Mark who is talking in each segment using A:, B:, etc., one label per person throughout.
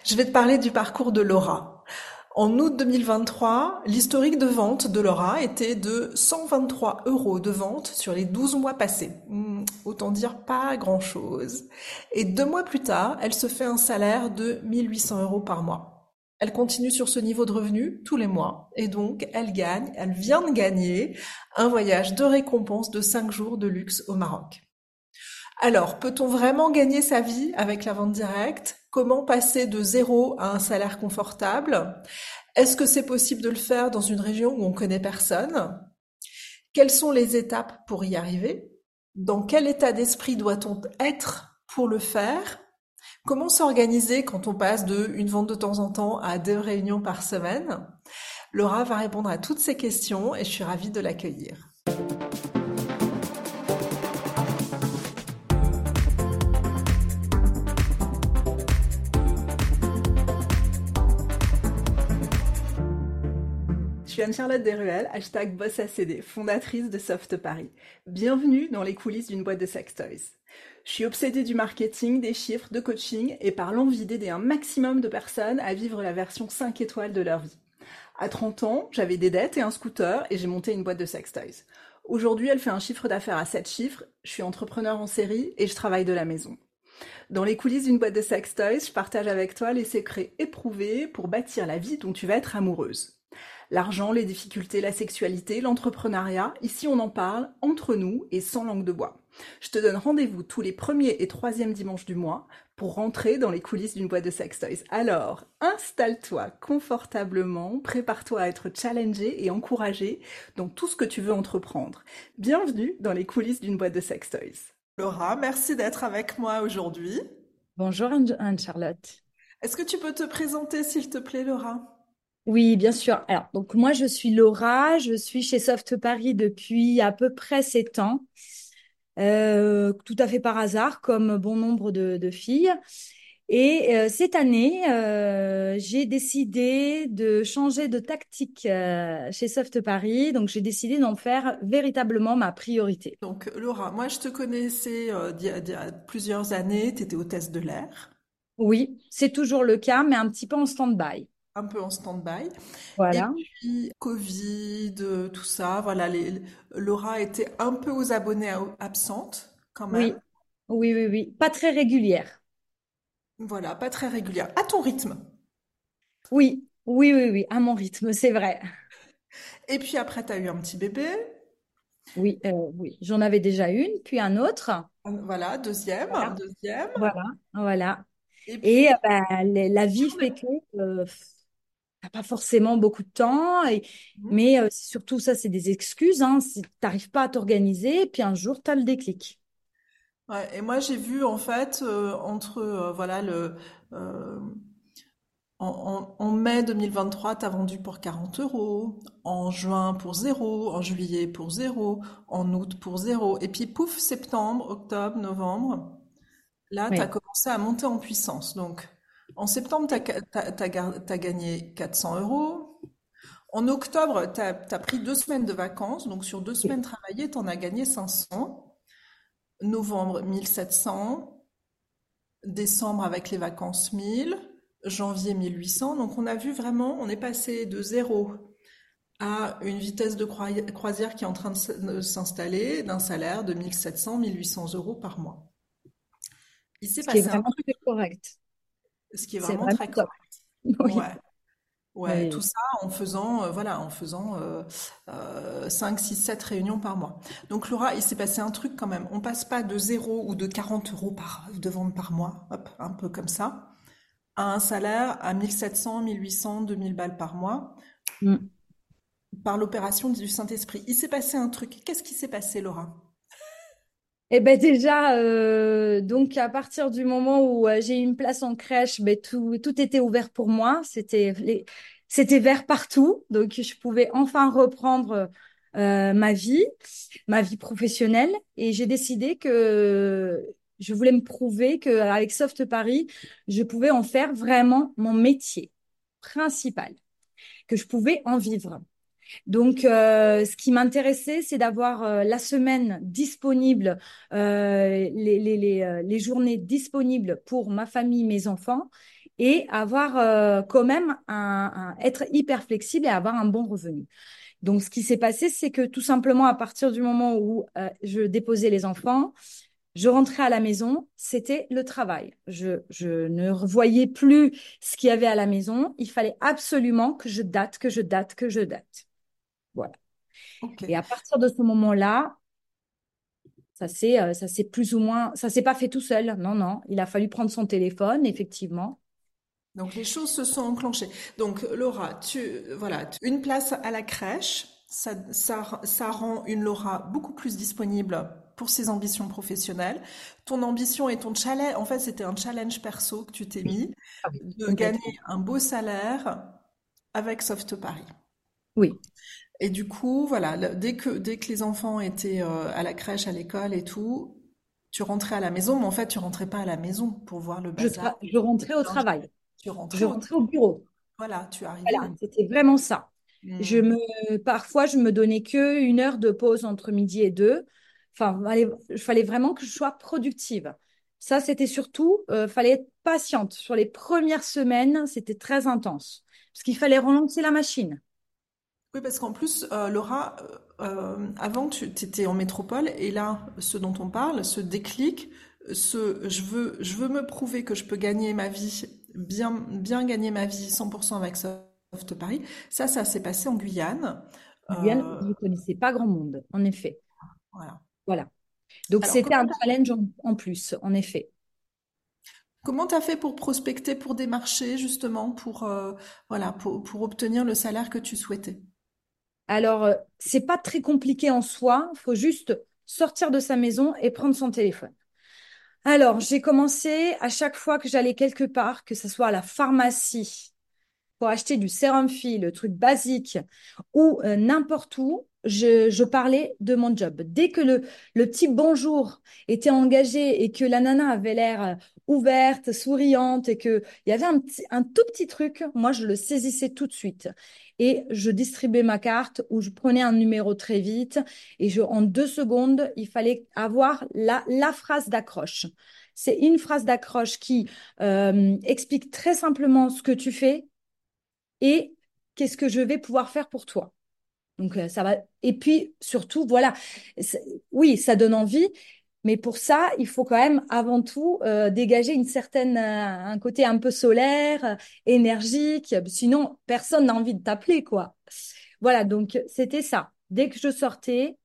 A: Je vais te parler du parcours de Laura. En août 2023, l'historique de vente de Laura était de 123 euros de vente sur les 12 mois passés. Autant dire pas grand-chose. Et 2 mois plus tard, elle se fait un salaire de 1800 euros par mois. Elle continue sur ce niveau de revenu tous les mois. Et donc, elle vient de gagner un voyage de récompense de 5 jours de luxe au Maroc. Alors, peut-on vraiment gagner sa vie avec la vente directe? Comment passer de zéro à un salaire confortable? Est-ce que c'est possible de le faire dans une région où on connaît personne? Quelles sont les étapes pour y arriver? Dans quel état d'esprit doit-on être pour le faire? Comment s'organiser quand on passe de une vente de temps en temps à 2 réunions par semaine? Laura va répondre à toutes ces questions et je suis ravie de l'accueillir. Je suis Anne-Charlotte Desruelles, hashtag BossACD, fondatrice de Soft Paris. Bienvenue dans les coulisses d'une boîte de sex toys. Je suis obsédée du marketing, des chiffres, de coaching et par l'envie d'aider un maximum de personnes à vivre la version 5 étoiles de leur vie. À 30 ans, j'avais des dettes et un scooter et j'ai monté une boîte de sex toys. Aujourd'hui, elle fait un chiffre d'affaires à 7 chiffres, je suis entrepreneur en série et je travaille de la maison. Dans les coulisses d'une boîte de sex toys, je partage avec toi les secrets éprouvés pour bâtir la vie dont tu vas être amoureuse. L'argent, les difficultés, la sexualité, l'entrepreneuriat, ici on en parle entre nous et sans langue de bois. Je te donne rendez-vous tous les premiers et troisièmes dimanches du mois pour rentrer dans les coulisses d'une boîte de sex toys. Alors, installe-toi confortablement, prépare-toi à être challengé et encouragé dans tout ce que tu veux entreprendre. Bienvenue dans les coulisses d'une boîte de sex toys. Laura, merci d'être avec moi aujourd'hui.
B: Bonjour Anne-Charlotte.
A: Est-ce que tu peux te présenter s'il te plaît, Laura?
B: Oui, bien sûr. Alors, donc moi, je suis Laura, je suis chez Soft Paris depuis à peu près 7 ans, tout à fait par hasard, comme bon nombre de filles. Et cette année, j'ai décidé de changer de tactique chez Soft Paris. Donc, j'ai décidé d'en faire véritablement ma priorité.
A: Donc, Laura, moi je te connaissais d'il y a plusieurs années, tu étais hôtesse de l'air,
B: Oui, c'est toujours le cas, mais un petit peu en stand-by.
A: un peu en stand-by. Et
B: Voilà.
A: puis, Covid, tout ça, voilà, Laura était un peu aux abonnés absentes quand même.
B: Oui, oui, oui, oui. Pas très régulière.
A: Voilà, pas très régulière. À ton rythme.
B: Oui, oui, oui, oui, à mon rythme, c'est vrai.
A: Et puis après, tu as eu un petit bébé.
B: Oui, oui, j'en avais déjà une, puis un autre.
A: Voilà, deuxième,
B: Voilà,
A: deuxième.
B: voilà, voilà.
A: Et
B: Et
A: puis,
B: bah, la vie fait que t'as pas forcément beaucoup de temps, mais surtout ça, c'est des excuses. Hein, si t'arrives pas à t'organiser, puis un jour, tu as le déclic.
A: ouais, et moi j'ai vu en fait entre voilà euh, en mai 2023, tu as vendu pour 40 euros, en juin pour zéro, en juillet pour zéro, en août pour zéro, et puis pouf, septembre, octobre, novembre, là, tu as
B: Oui,
A: commencé à monter en puissance. Donc, en septembre, tu as gagné 400 euros. En octobre, tu as pris 2 semaines de vacances, donc sur 2 semaines travaillées, tu en as gagné 500. Novembre, 1700. Décembre avec les vacances 1000, janvier 1800. Donc on a vu vraiment, on est passé de zéro à une vitesse de croisière qui est en train de s'installer d'un salaire de 1700, 1800 euros par mois. Il s'est
B: ce qui est
A: passé un
B: vraiment
A: truc,
B: très correct.
A: ce qui est
B: C'est
A: vraiment
B: vraiment
A: très
B: top.
A: correct.
B: Oui,
A: Ouais. Ouais, tout
B: oui.
A: ça en faisant, voilà, en faisant 5, 6, 7 réunions par mois. Donc Laura, il s'est passé un truc quand même. On passe pas de zéro ou de 40 euros de vente par mois, hop, un peu comme ça, à un salaire à 1700, 1800, 2000 balles par mois
B: Mm.
A: par l'opération du Saint-Esprit. Il s'est passé un truc. Qu'est-ce qui s'est passé, Laura?
B: Eh ben déjà, donc à partir du moment où j'ai eu une place en crèche, ben tout était ouvert pour moi. C'était vert partout, donc je pouvais enfin reprendre ma vie professionnelle. Et j'ai décidé que je voulais me prouver qu'avec Soft Paris, je pouvais en faire vraiment mon métier principal, que je pouvais en vivre. Donc, ce qui m'intéressait, c'est d'avoir la semaine disponible, les journées disponibles pour ma famille, mes enfants, et avoir quand même être hyper flexible et avoir un bon revenu. Donc, ce qui s'est passé, c'est que tout simplement, à partir du moment où je déposais les enfants, je rentrais à la maison, c'était le travail. Je ne revoyais plus ce qu'il y avait à la maison. Il fallait absolument que je date, que je date, que je date. Voilà.
A: Ok.
B: Et à partir de ce moment-là, ça s'est plus ou moins, ça s'est pas fait tout seul. Non, non. Il a fallu prendre son téléphone, effectivement.
A: Donc les choses se sont enclenchées. Donc Laura, une place à la crèche, ça rend une Laura beaucoup plus disponible pour ses ambitions professionnelles. Ton ambition et ton challenge, en fait, c'était un challenge perso que tu t'es
B: Oui.
A: mis,
B: Ah oui,
A: de gagner
B: complètement.
A: un beau salaire avec Soft Paris.
B: Oui.
A: Et du coup, voilà, dès que les enfants étaient à la crèche, à l'école et tout, tu rentrais à la maison, mais en fait, tu rentrais pas à la maison pour voir le bazar,
B: Je rentrais au
A: le linge.
B: travail.
A: Tu
B: Je
A: rentrais au
B: rentrais au bureau.
A: voilà, tu arrivais
B: Voilà,
A: une.
B: c'était vraiment ça.
A: Hmm.
B: Parfois, je me donnais que 1 heure de pause entre midi et deux. Enfin, il fallait vraiment que je sois productive. Ça, c'était surtout, fallait être patiente. Sur les premières semaines, c'était très intense parce qu'il fallait relancer la machine.
A: Oui, parce qu'en plus, Laura, avant, tu étais en métropole, et là, ce dont on parle, ce déclic, je veux me prouver que je peux gagner ma vie, bien gagner ma vie 100% avec Soft Paris. Ça s'est passé en Guyane.
B: Guyane,
A: Euh,
B: je ne connaissais pas grand monde, en effet.
A: voilà.
B: Voilà. Donc,
A: Alors,
B: c'était un challenge en plus, en effet.
A: comment t'as fait pour prospecter, pour démarcher, justement, voilà, pour obtenir le salaire que tu souhaitais?
B: Alors, c'est pas très compliqué en soi. Il faut juste sortir de sa maison et prendre son téléphone. Alors, j'ai commencé à chaque fois que j'allais quelque part, que ce soit à la pharmacie, pour acheter du sérum fille, le truc basique, ou n'importe où, je parlais de mon job. Dès que le petit bonjour était engagé et que la nana avait l'air ouverte, souriante et qu'il y avait un tout petit truc, moi, je le saisissais tout de suite. Et je distribuais ma carte ou je prenais un numéro très vite et en 2 secondes, il fallait avoir la phrase d'accroche. C'est une phrase d'accroche qui explique très simplement ce que tu fais et qu'est-ce que je vais pouvoir faire pour toi. Donc, ça va. Et puis, surtout, voilà, c'est- oui, ça donne envie, mais pour ça, il faut quand même, avant tout, dégager un côté un peu solaire, énergique. Sinon, personne n'a envie de t'appeler, quoi. Voilà, donc c'était ça. Dès que je sortais,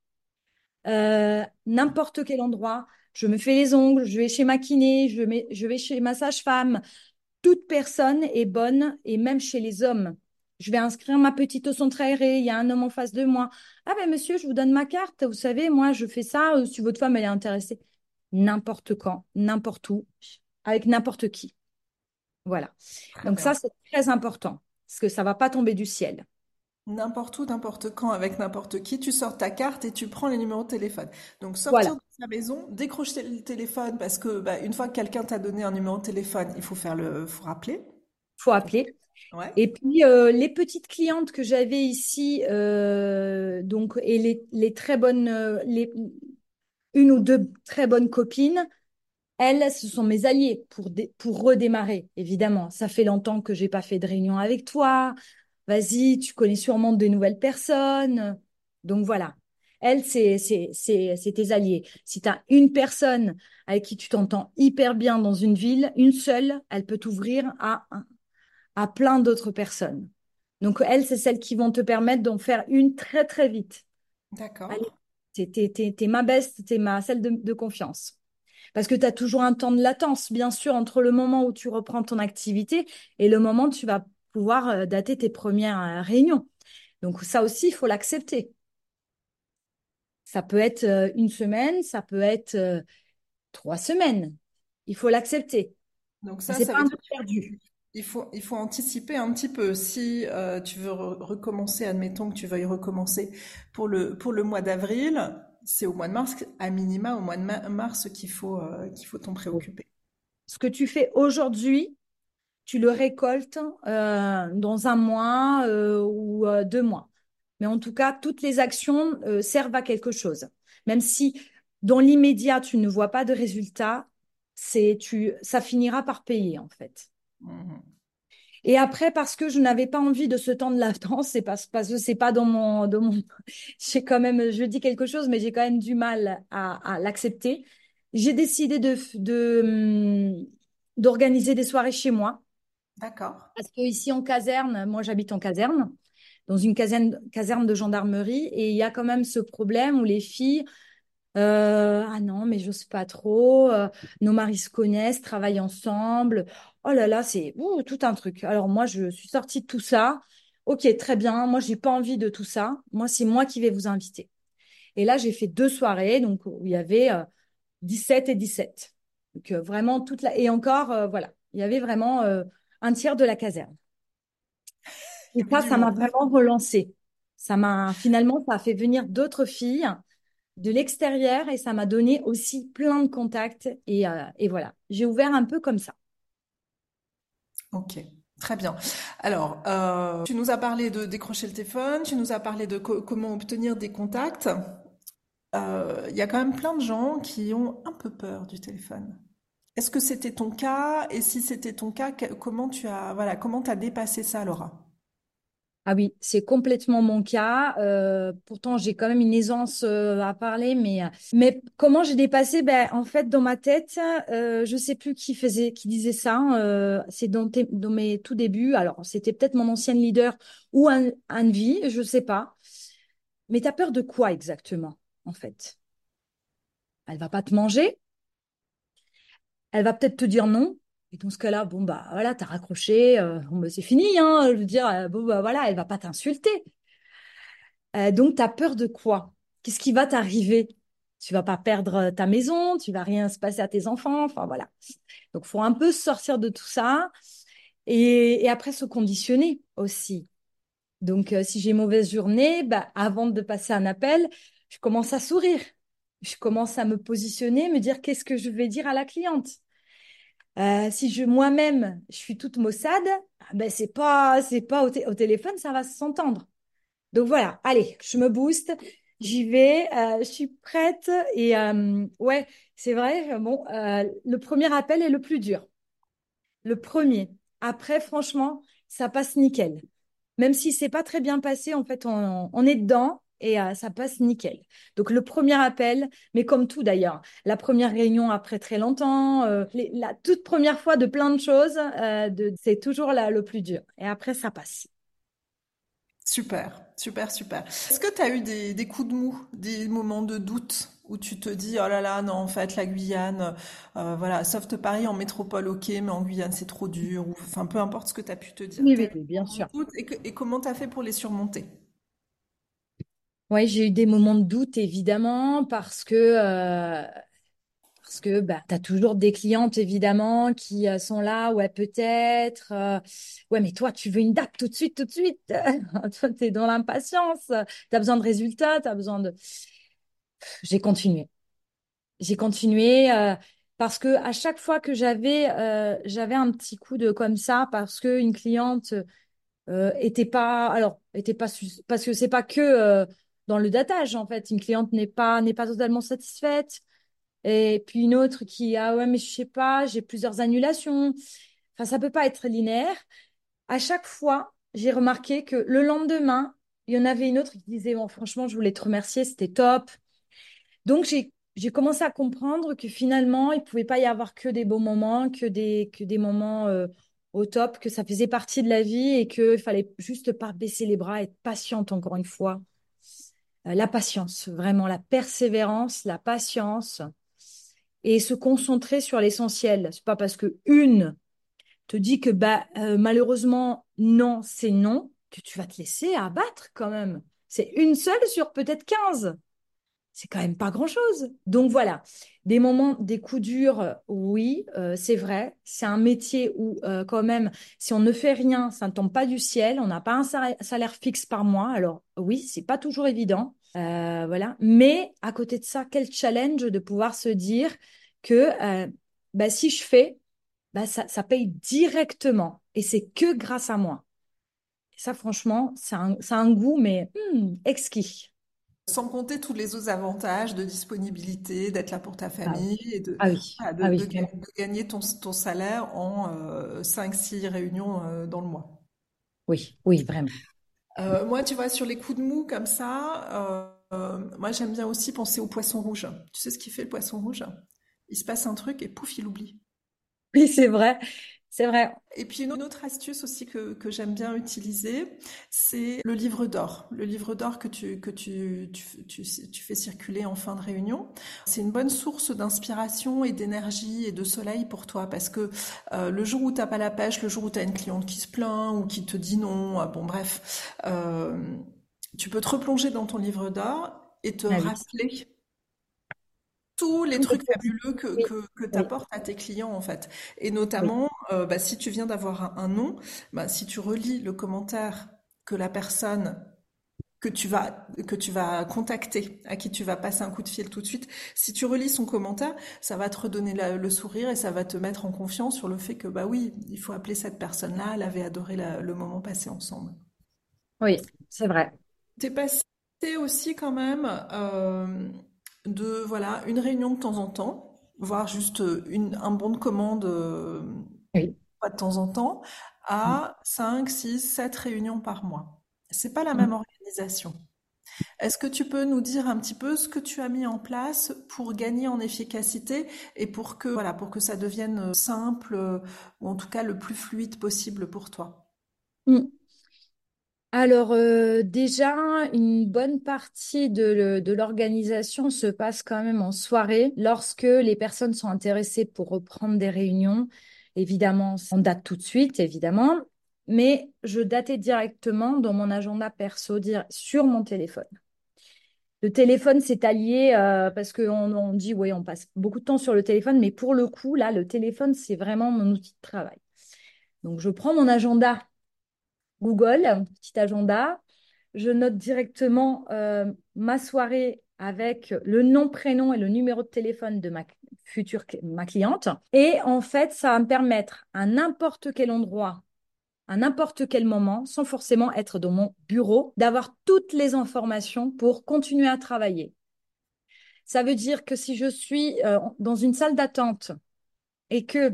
B: n'importe quel endroit, je me fais les ongles, je vais chez ma kiné, je vais chez ma sage-femme, toute personne est bonne et même chez les hommes. Je vais inscrire ma petite au centre aéré, il y a un homme en face de moi. Ah ben monsieur, je vous donne ma carte, vous savez, moi je fais ça, si votre femme elle est intéressée. N'importe quand, n'importe où, avec n'importe qui. Voilà.
A: Très
B: Donc
A: bien.
B: ça, c'est très important, parce que ça va pas tomber du ciel.
A: N'importe où, n'importe quand, avec n'importe qui, tu sors ta carte et tu prends les numéros de téléphone. Donc sortir
B: Voilà,
A: de sa maison, décrocher le téléphone parce que bah, une fois que quelqu'un t'a donné un numéro de téléphone, faut rappeler.
B: faut appeler.
A: Ouais.
B: Et puis les petites clientes que j'avais ici, donc et les très bonnes, une ou deux très bonnes copines. Elles, ce sont mes alliés pour redémarrer, évidemment. Ça fait longtemps que j'ai pas fait de réunion avec toi. Vas-y, tu connais sûrement de nouvelles personnes. Donc voilà. Elles, c'est tes alliés. Si tu as une personne avec qui tu t'entends hyper bien dans une ville, une seule, elle peut t'ouvrir à plein d'autres personnes. Donc elles, c'est celles qui vont te permettre d'en faire une très, très vite.
A: D'accord.
B: Allez, t'es ma best, t'es celle de confiance. Parce que tu as toujours un temps de latence, bien sûr, entre le moment où tu reprends ton activité et le moment où tu vas pouvoir dater tes premières réunions. Donc ça aussi, il faut l'accepter. Ça peut être 1 semaine, ça peut être 3 semaines. Il faut l'accepter.
A: Donc
B: Mais
A: ça,
B: c'est
A: ça
B: pas
A: veut
B: un
A: dire
B: temps perdu.
A: il faut anticiper un petit peu. Si tu veux recommencer, admettons que tu veuilles recommencer pour le mois d'avril, c'est au mois de mars, à minima au mois de mars qu'il faut t'en préoccuper.
B: Ce que tu fais aujourd'hui, tu le récoltes dans un mois ou 2 mois. Mais en tout cas, toutes les actions servent à quelque chose. Même si dans l'immédiat, tu ne vois pas de résultat, ça finira par payer en fait.
A: Mhm.
B: Et après, parce que je n'avais pas envie de ce temps de latence, parce que c'est pas j'ai quand même, je dis quelque chose, mais j'ai quand même du mal à l'accepter. J'ai décidé d'organiser des soirées chez moi.
A: D'accord.
B: Parce que ici en caserne, moi j'habite en caserne, dans une caserne de gendarmerie, et il y a quand même ce problème où les filles, ah non, mais j'ose pas trop, nos maris se connaissent, travaillent ensemble. Oh là là, c'est tout un truc. Alors moi, je suis sortie de tout ça. Ok, très bien. Moi, j'ai pas envie de tout ça. Moi, c'est moi qui vais vous inviter. Et là, j'ai fait 2 soirées, donc où il y avait 17 et 17. Donc vraiment toute la... Et encore, voilà, il y avait vraiment un tiers de la caserne.
A: Il
B: Et
A: y avait du
B: ça m'a
A: monde.
B: vraiment relancé. Finalement, ça a fait venir d'autres filles de l'extérieur et ça m'a donné aussi plein de contacts. Et voilà, j'ai ouvert un peu comme ça.
A: Ok, très bien. Alors, tu nous as parlé de décrocher le téléphone, tu nous as parlé de comment obtenir des contacts. Il y a quand même plein de gens qui ont un peu peur du téléphone. Est-ce que c'était ton cas? Et si c'était ton cas, comment comment t'as dépassé ça, Laura?
B: Ah oui, c'est complètement mon cas. Pourtant, j'ai quand même une aisance à parler, mais comment j'ai dépassé? Ben, en fait, dans ma tête, je sais plus qui disait ça. C'est dans mes tout débuts. Alors, c'était peut-être mon ancienne leader ou Anne-Vie, je sais pas. Mais t'as peur de quoi exactement, en fait? Elle va pas te manger? Elle va peut-être te dire non. Et dans ce cas-là, bon, bah voilà, t'as raccroché, bon, bah, c'est fini, hein. Je veux dire, bon, bah voilà, elle va pas t'insulter. Donc, t'as peur de quoi? Qu'est-ce qui va t'arriver? Tu vas pas perdre ta maison, tu vas rien se passer à tes enfants, enfin voilà. Donc, faut un peu sortir de tout ça et après se conditionner aussi. Donc, si j'ai une mauvaise journée, bah, avant de passer un appel, je commence à sourire. Je commence à me positionner, me dire qu'est-ce que je vais dire à la cliente. Si moi-même, je suis toute maussade, ben c'est pas au téléphone, ça va s'entendre. Donc voilà, allez, je me booste, j'y vais, je suis prête et ouais, c'est vrai. Bon, le premier appel est le plus dur, le premier. Après, franchement, ça passe nickel. Même si c'est pas très bien passé, en fait, on est dedans et ça passe nickel. Donc le premier appel, mais comme tout d'ailleurs, la première réunion après très longtemps, la toute première fois de plein de choses, c'est toujours le plus dur. Et après, ça passe.
A: Super, super, super. Est-ce que tu as eu des coups de mou, des moments de doute où tu te dis, oh là là, non, en fait, la Guyane, voilà, soft Paris en métropole, ok, mais en Guyane, c'est trop dur, ou enfin, peu importe ce que tu as pu te dire.
B: Oui,
A: Tu as
B: oui,
A: eu
B: oui,
A: des
B: bien
A: moments de
B: sûr.
A: doute et comment tu as fait pour les surmonter?
B: Oui, j'ai eu des moments de doute, évidemment, parce que bah, tu as toujours des clientes, évidemment, qui sont là, ouais, peut-être. Ouais, mais toi, tu veux une date tout de suite, tout de suite. Toi, tu es dans l'impatience. Tu as besoin de résultats, tu as besoin de... J'ai continué. J'ai continué parce que à chaque fois que j'avais un petit coup de comme ça, parce qu'une cliente était pas... Alors, était pas... Parce que c'est pas que dans le datage, en fait. Une cliente n'est pas totalement satisfaite. Et puis une autre qui, ah ouais, mais je sais pas, j'ai plusieurs annulations. Enfin, ça peut pas être linéaire. À chaque fois, j'ai remarqué que le lendemain, il y en avait une autre qui disait, bon, franchement, je voulais te remercier, c'était top. Donc, j'ai commencé à comprendre que finalement, il pouvait pas y avoir que des beaux moments, que des moments au top, que ça faisait partie de la vie et qu'il fallait juste pas baisser les bras, être patiente encore une fois. La patience, vraiment, la persévérance, la patience et se concentrer sur l'essentiel. C'est pas parce que une te dit que bah malheureusement non, c'est non que tu vas te laisser abattre quand même. C'est une seule sur peut-être 15. C'est quand même pas grand-chose. Donc voilà, des moments, des coups durs, oui, c'est vrai. C'est un métier où quand même, si on ne fait rien, ça ne tombe pas du ciel. On n'a pas un salaire fixe par mois. Alors oui, c'est pas toujours évident. Voilà. Mais à côté de ça, quel challenge de pouvoir se dire que bah, si je fais, bah, ça paye directement. Et c'est que grâce à moi. Et ça, franchement, ça a un goût, mais exquis.
A: Sans compter tous les autres avantages de disponibilité, d'être là pour ta
B: Ah,
A: famille et
B: ah oui,
A: voilà,
B: ah oui, vraiment.
A: de gagner ton salaire en 5-6 réunions dans le mois.
B: Oui, oui, vraiment.
A: Moi, tu vois, sur les coups de mou comme ça, moi j'aime bien aussi penser au poisson rouge. Tu sais ce qui fait le poisson rouge? Il se passe un truc et pouf, il oublie.
B: Oui, c'est vrai, c'est vrai.
A: Et puis une autre astuce aussi que j'aime bien utiliser, c'est le livre d'or. Le livre d'or tu fais circuler en fin de réunion. C'est une bonne source d'inspiration et d'énergie et de soleil pour toi parce que le jour où t'as pas la pêche, le jour où t'as une cliente qui se plaint ou qui te dit non, bon bref, tu peux te replonger dans ton livre d'or et te
B: Ah oui,
A: rappeler tous les
B: tout le
A: trucs
B: positif.
A: fabuleux
B: Oui,
A: que tu
B: oui,
A: apportes à tes clients en fait. Et
B: oui.
A: notamment, bah, si tu viens d'avoir un nom, bah, si tu relis le commentaire que la personne que tu vas contacter, à qui tu vas passer un coup de fil tout de suite, si tu relis son commentaire, ça va te redonner le sourire et ça va te mettre en confiance sur le fait que bah oui, il faut appeler cette personne-là, elle avait adoré le moment passé ensemble.
B: Oui, c'est vrai.
A: T'es passé aussi quand même de voilà une réunion de temps en temps, voire juste un bon de commande
B: Oui.
A: pas de temps en temps, à 5, 6, 7 réunions par mois. C'est pas la même
B: Mm.
A: organisation. Est-ce que tu peux nous dire un petit peu ce que tu as mis en place pour gagner en efficacité et pour que voilà pour que ça devienne simple ou en tout cas le plus fluide possible pour toi?
B: Mm. Alors déjà, une bonne partie de l'organisation se passe quand même en soirée lorsque les personnes sont intéressées pour reprendre des réunions. Évidemment, on date tout de suite, évidemment, mais je datais directement dans mon agenda perso, sur mon téléphone. Le téléphone, c'est allié parce qu'on dit, oui, on passe beaucoup de temps sur le téléphone, mais pour le coup, là, le téléphone, c'est vraiment mon outil de travail. Donc, je prends mon agenda Google, un petit agenda. Je note directement ma soirée avec le nom, prénom et le numéro de téléphone de ma cliente. Et en fait, ça va me permettre à n'importe quel endroit, à n'importe quel moment, sans forcément être dans mon bureau, d'avoir toutes les informations pour continuer à travailler. Ça veut dire que si je suis dans une salle d'attente et que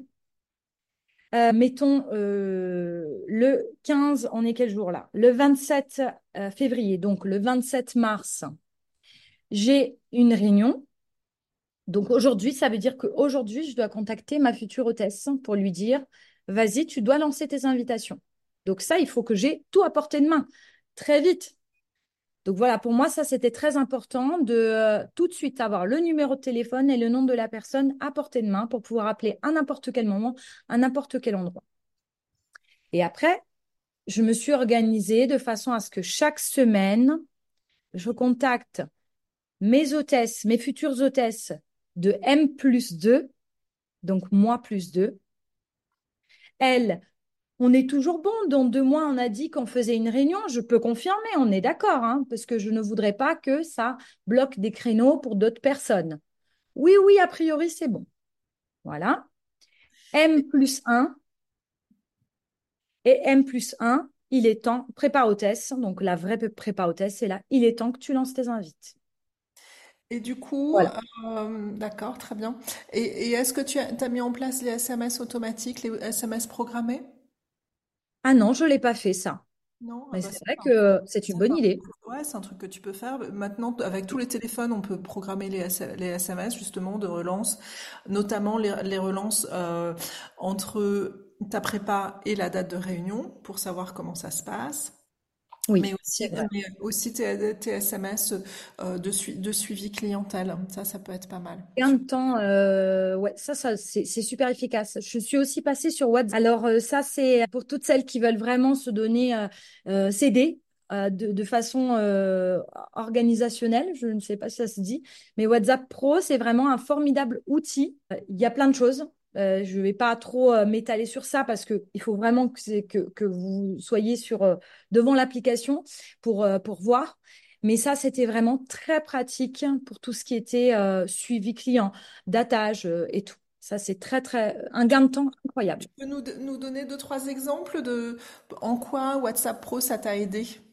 B: mettons, le 15, on est quel jour là? Le 27 février, donc le 27 mars, j'ai une réunion. Donc aujourd'hui, ça veut dire qu'aujourd'hui, je dois contacter ma future hôtesse pour lui dire, vas-y, tu dois lancer tes invitations. Donc ça, il faut que j'ai tout à portée de main, très vite. Donc voilà, pour moi, ça, c'était très important de tout de suite avoir le numéro de téléphone et le nom de la personne à portée de main pour pouvoir appeler à n'importe quel moment, à n'importe quel endroit. Et après, je me suis organisée de façon à ce que chaque semaine, je contacte mes hôtesses, mes futures hôtesses de M+2, donc moi plus 2. Elles, on est toujours bon. Dans 2 mois, on a dit qu'on faisait une réunion. Je peux confirmer, on est d'accord, hein, parce que je ne voudrais pas que ça bloque des créneaux pour d'autres personnes. Oui, oui, a priori, c'est bon. Voilà. M+1 et M+1, il est temps, prépa hôtesse, donc la vraie prépa hôtesse, c'est là, il est temps que tu lances tes invites.
A: Et du coup,
B: Voilà.
A: d'accord, très bien. Et est-ce que t'as mis en place les SMS automatiques, les SMS programmés?
B: Ah non, je ne l'ai pas fait ça.
A: Non, ah
B: Mais
A: bah
B: c'est vrai que c'est une bonne idée.
A: ouais, c'est un truc que tu peux faire. Maintenant, avec tous les téléphones, on peut programmer les SMS justement de relance, notamment les relances entre ta prépa et la date de réunion pour savoir comment ça se passe.
B: Oui, c'est vrai.
A: Mais aussi tes SMS de suivi clientèle. Ça peut être pas mal.
B: Gain de temps, ouais, ça c'est super efficace. Je suis aussi passée sur WhatsApp. Alors ça, c'est pour toutes celles qui veulent vraiment se donner, s'aider de façon organisationnelle. Je ne sais pas si ça se dit, mais WhatsApp Pro, c'est vraiment un formidable outil. Il y a plein de choses. Je ne vais pas trop m'étaler sur ça parce que il faut vraiment que vous soyez devant l'application pour voir. Mais ça, c'était vraiment très pratique pour tout ce qui était suivi client, datage et tout. Ça, c'est un gain de temps incroyable.
A: Tu peux nous donner deux, trois exemples de en quoi WhatsApp Pro ça t'a aidé?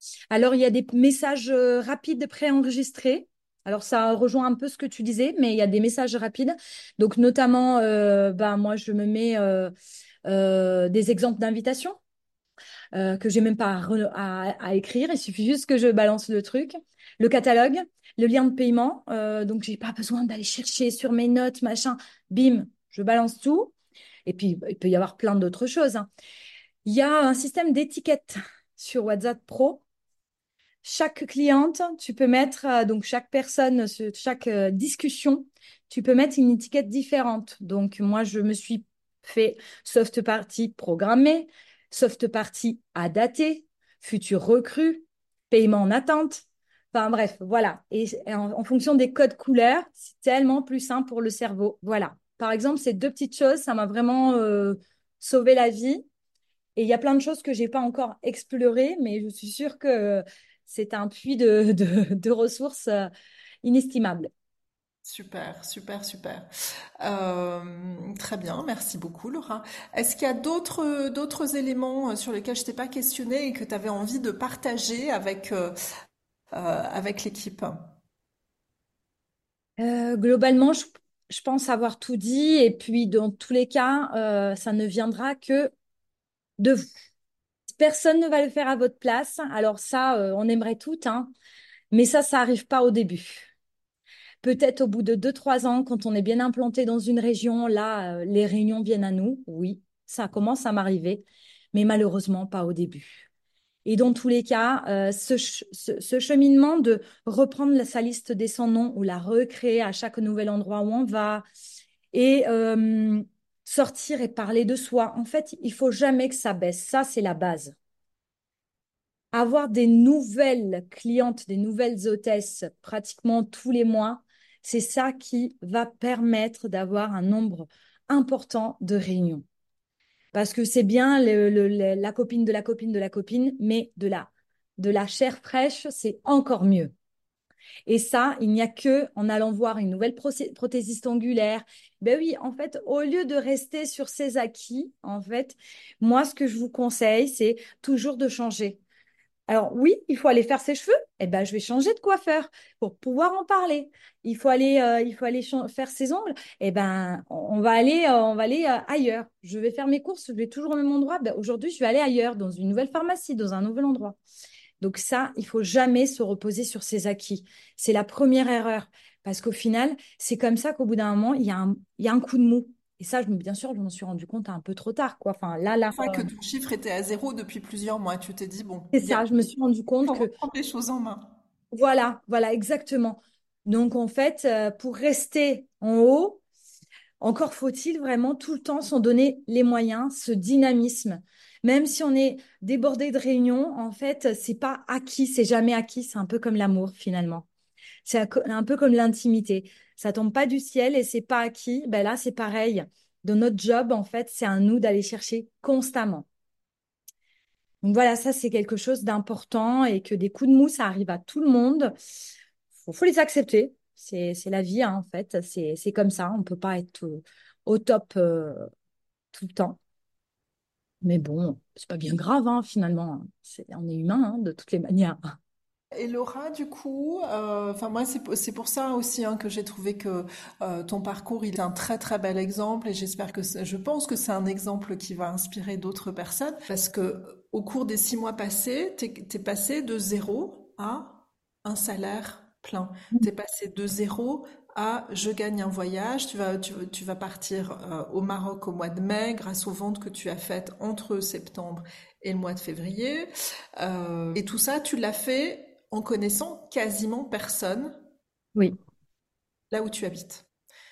B: Alors, il y a des messages rapides préenregistrés. Alors, ça rejoint un peu ce que tu disais, mais il y a des messages rapides. Donc, notamment, moi, je me mets des exemples d'invitations que j'ai même pas à écrire. Il suffit juste que je balance le truc. Le catalogue, le lien de paiement. Donc, j'ai pas besoin d'aller chercher sur mes notes, machin. Bim, je balance tout. Et puis, il peut y avoir plein d'autres choses, hein. Il y a un système d'étiquette sur WhatsApp Pro. Chaque cliente, tu peux mettre, donc chaque personne, chaque discussion, tu peux mettre une étiquette différente. Donc, moi, je me suis fait soft party programmé, soft party à dater, futur recrue, paiement en attente. Enfin, bref, voilà. Et en fonction des codes couleurs, c'est tellement plus simple pour le cerveau. Voilà. Par exemple, ces deux petites choses, ça m'a vraiment sauvé la vie. Et il y a plein de choses que j'ai pas encore explorées, mais je suis sûre que c'est un puits de ressources inestimables.
A: Super, super, super. Très bien, merci beaucoup, Laura. Est-ce qu'il y a d'autres éléments sur lesquels je t'ai pas questionné et que tu avais envie de partager avec l'équipe?
B: Globalement, je pense avoir tout dit. Et puis, dans tous les cas, ça ne viendra que de vous. Personne ne va le faire à votre place. Alors ça, on aimerait tout, hein, mais ça arrive pas au début. Peut-être au bout de 2, 3 ans, quand on est bien implanté dans une région, là, les réunions viennent à nous. Oui, ça commence à m'arriver, mais malheureusement pas au début. Et dans tous les cas, ce cheminement de reprendre sa liste des 100 noms ou la recréer à chaque nouvel endroit où on va et sortir et parler de soi, en fait, il faut jamais que ça baisse. Ça, c'est la base. Avoir des nouvelles clientes, des nouvelles hôtesses pratiquement tous les mois, c'est ça qui va permettre d'avoir un nombre important de réunions. Parce que c'est bien la copine de la copine de la copine, mais de la chair fraîche, c'est encore mieux. Et ça, il n'y a que en allant voir une nouvelle prothésiste angulaire. Ben oui, en fait, au lieu de rester sur ses acquis, en fait, moi, ce que je vous conseille, c'est toujours de changer. Alors oui, il faut aller faire ses cheveux. Eh ben, je vais changer de coiffeur pour pouvoir en parler. Il faut aller faire ses ongles. Eh ben, on va aller ailleurs. Je vais faire mes courses. Je vais toujours au même endroit. Ben, aujourd'hui, je vais aller ailleurs, dans une nouvelle pharmacie, dans un nouvel endroit. Donc ça, il faut jamais se reposer sur ses acquis. C'est la première erreur. Parce qu'au final, c'est comme ça qu'au bout d'un moment, il y a un coup de mou. Et ça, bien sûr, je m'en suis rendu compte un peu trop tard, quoi. Enfin, là,
A: Enfin, que ton chiffre était à zéro depuis plusieurs mois. Tu t'es dit, bon,
B: c'est
A: il
B: ça. Je me suis rendu compte
A: faut
B: que
A: reprendre les choses en main.
B: voilà, voilà, exactement. Donc, en fait, pour rester en haut, encore faut-il vraiment tout le temps s'en donner les moyens, ce dynamisme. Même si on est débordé de réunions, en fait, c'est pas acquis, c'est jamais acquis. C'est un peu comme l'amour, finalement. C'est un peu comme l'intimité. Ça tombe pas du ciel et c'est pas acquis. Ben là, c'est pareil. Dans notre job, en fait, c'est à nous d'aller chercher constamment. Donc voilà, ça c'est quelque chose d'important et que des coups de mou, ça arrive à tout le monde. Faut les accepter. C'est la vie, hein, en fait. C'est comme ça. On peut pas être au top tout le temps. Mais bon, c'est pas bien grave, hein, finalement. On est humain, hein, de toutes les manières.
A: Et Laura, du coup, enfin moi c'est pour ça aussi hein, que j'ai trouvé que ton parcours il est un très très bel exemple et j'espère que je pense que c'est un exemple qui va inspirer d'autres personnes parce que au cours des 6 mois passés, t'es passé de zéro à un salaire plein. T'es passé de zéro à je gagne un voyage. Tu vas partir au Maroc au mois de mai grâce aux ventes que tu as faites entre septembre et le mois de février. Et tout ça, tu l'as fait en connaissant quasiment personne
B: Oui,
A: là où tu habites.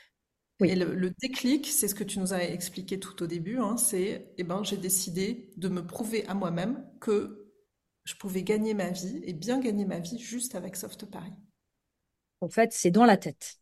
A: Et
B: oui.
A: le déclic, c'est ce que tu nous as expliqué tout au début, hein, c'est, eh ben, j'ai décidé de me prouver à moi-même que je pouvais gagner ma vie et bien gagner ma vie juste avec Soft Paris.
B: En fait, c'est dans la tête.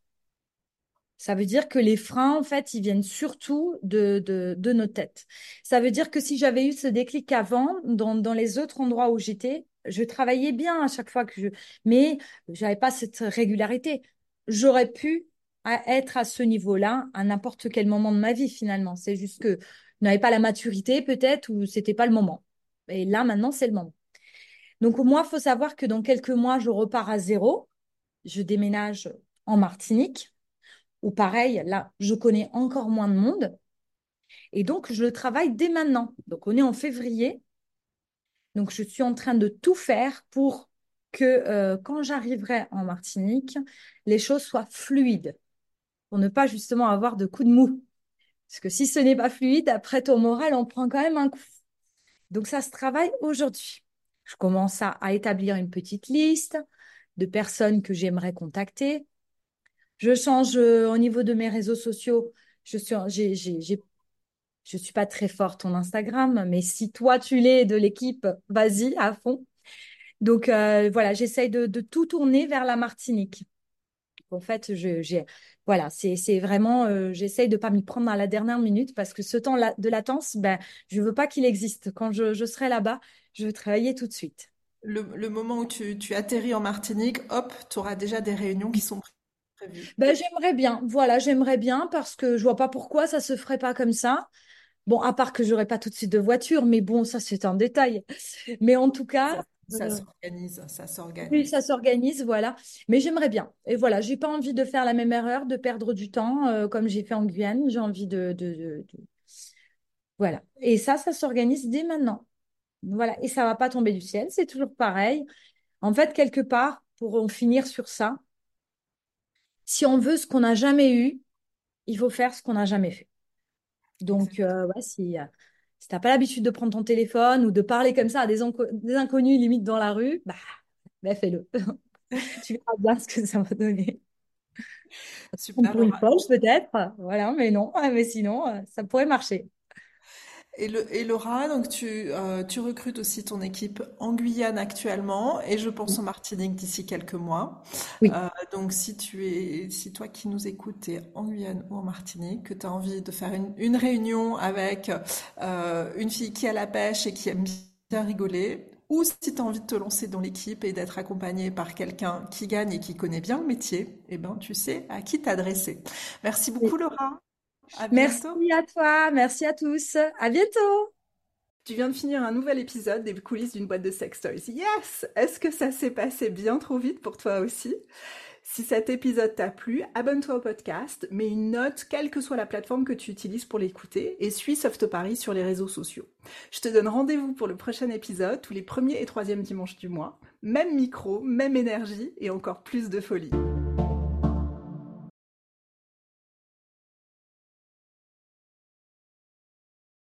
B: Ça veut dire que les freins, en fait, ils viennent surtout de nos têtes. Ça veut dire que si j'avais eu ce déclic avant, dans les autres endroits où j'étais, je travaillais bien à chaque fois mais j'avais pas cette régularité. J'aurais pu être à ce niveau-là à n'importe quel moment de ma vie, finalement. C'est juste que je n'avais pas la maturité, peut-être, ou c'était pas le moment. Et là, maintenant, c'est le moment. Donc moi, il faut savoir que dans quelques mois, je repars à zéro. Je déménage en Martinique, où pareil, là, je connais encore moins de monde. Et donc, je le travaille dès maintenant. Donc, on est en février. Donc, je suis en train de tout faire pour que quand j'arriverai en Martinique, les choses soient fluides, pour ne pas justement avoir de coups de mou. Parce que si ce n'est pas fluide, après ton moral, on prend quand même un coup. Donc, ça se travaille aujourd'hui. Je commence à établir une petite liste de personnes que j'aimerais contacter. Je change au niveau de mes réseaux sociaux. Je suis pas très forte en Instagram, mais si toi tu l'es de l'équipe, vas-y à fond. Donc voilà, j'essaye de tout tourner vers la Martinique. En fait, voilà, c'est vraiment, j'essaye de pas m'y prendre à la dernière minute parce que ce temps de latence, ben, je veux pas qu'il existe. Quand je serai là-bas, je veux travailler tout de suite.
A: Le moment où tu atterris en Martinique, hop, tu auras déjà des réunions qui sont prévues.
B: Ben, j'aimerais bien, voilà, j'aimerais bien parce que je vois pas pourquoi ça se ferait pas comme ça. Bon, à part que j'aurais pas tout de suite de voiture, mais bon, ça c'est un détail. Mais en tout
A: Ça,
B: cas,
A: ça
B: euh,
A: s'organise, ça
B: oui,
A: s'organise.
B: ça s'organise, voilà. Mais j'aimerais bien. Et voilà, j'ai pas envie de faire la même erreur, de perdre du temps comme j'ai fait en Guyane. J'ai envie voilà. Et ça s'organise dès maintenant. Voilà. Et ça va pas tomber du ciel, c'est toujours pareil. En fait, quelque part, pour en finir sur ça, si on veut ce qu'on n'a jamais eu, il faut faire ce qu'on n'a jamais fait. Donc,
A: Exact.
B: ouais, si t'as pas l'habitude de prendre ton téléphone ou de parler comme ça à des inconnus limite dans la rue, bah fais-le. Tu verras bien ce que ça va donner.
A: Super,
B: Pour une
A: Laura.
B: poche peut-être, voilà, mais non, mais sinon, ça pourrait marcher.
A: Et Laura, donc tu recrutes aussi ton équipe en Guyane actuellement et je pense en Martinique d'ici quelques mois.
B: Oui,
A: Donc si toi qui nous écoutes, t'es en Guyane ou en Martinique, que tu as envie de faire une réunion avec une fille qui a la pêche et qui aime bien rigoler, ou si tu as envie de te lancer dans l'équipe et d'être accompagné par quelqu'un qui gagne et qui connaît bien le métier, eh ben tu sais à qui t'adresser. Merci
B: oui.
A: beaucoup Laura, à bientôt.
B: Merci à toi, merci à tous. À bientôt.
A: Tu viens de finir un nouvel épisode des coulisses d'une boîte de sex toys. Yes! Est-ce que ça s'est passé bien trop vite pour toi aussi? Si cet épisode t'a plu, abonne-toi au podcast, mets une note, quelle que soit la plateforme que tu utilises pour l'écouter, et suis Soft Paris sur les réseaux sociaux. Je te donne rendez-vous pour le prochain épisode, tous les premiers et troisièmes dimanches du mois. Même micro, même énergie, et encore plus de folie.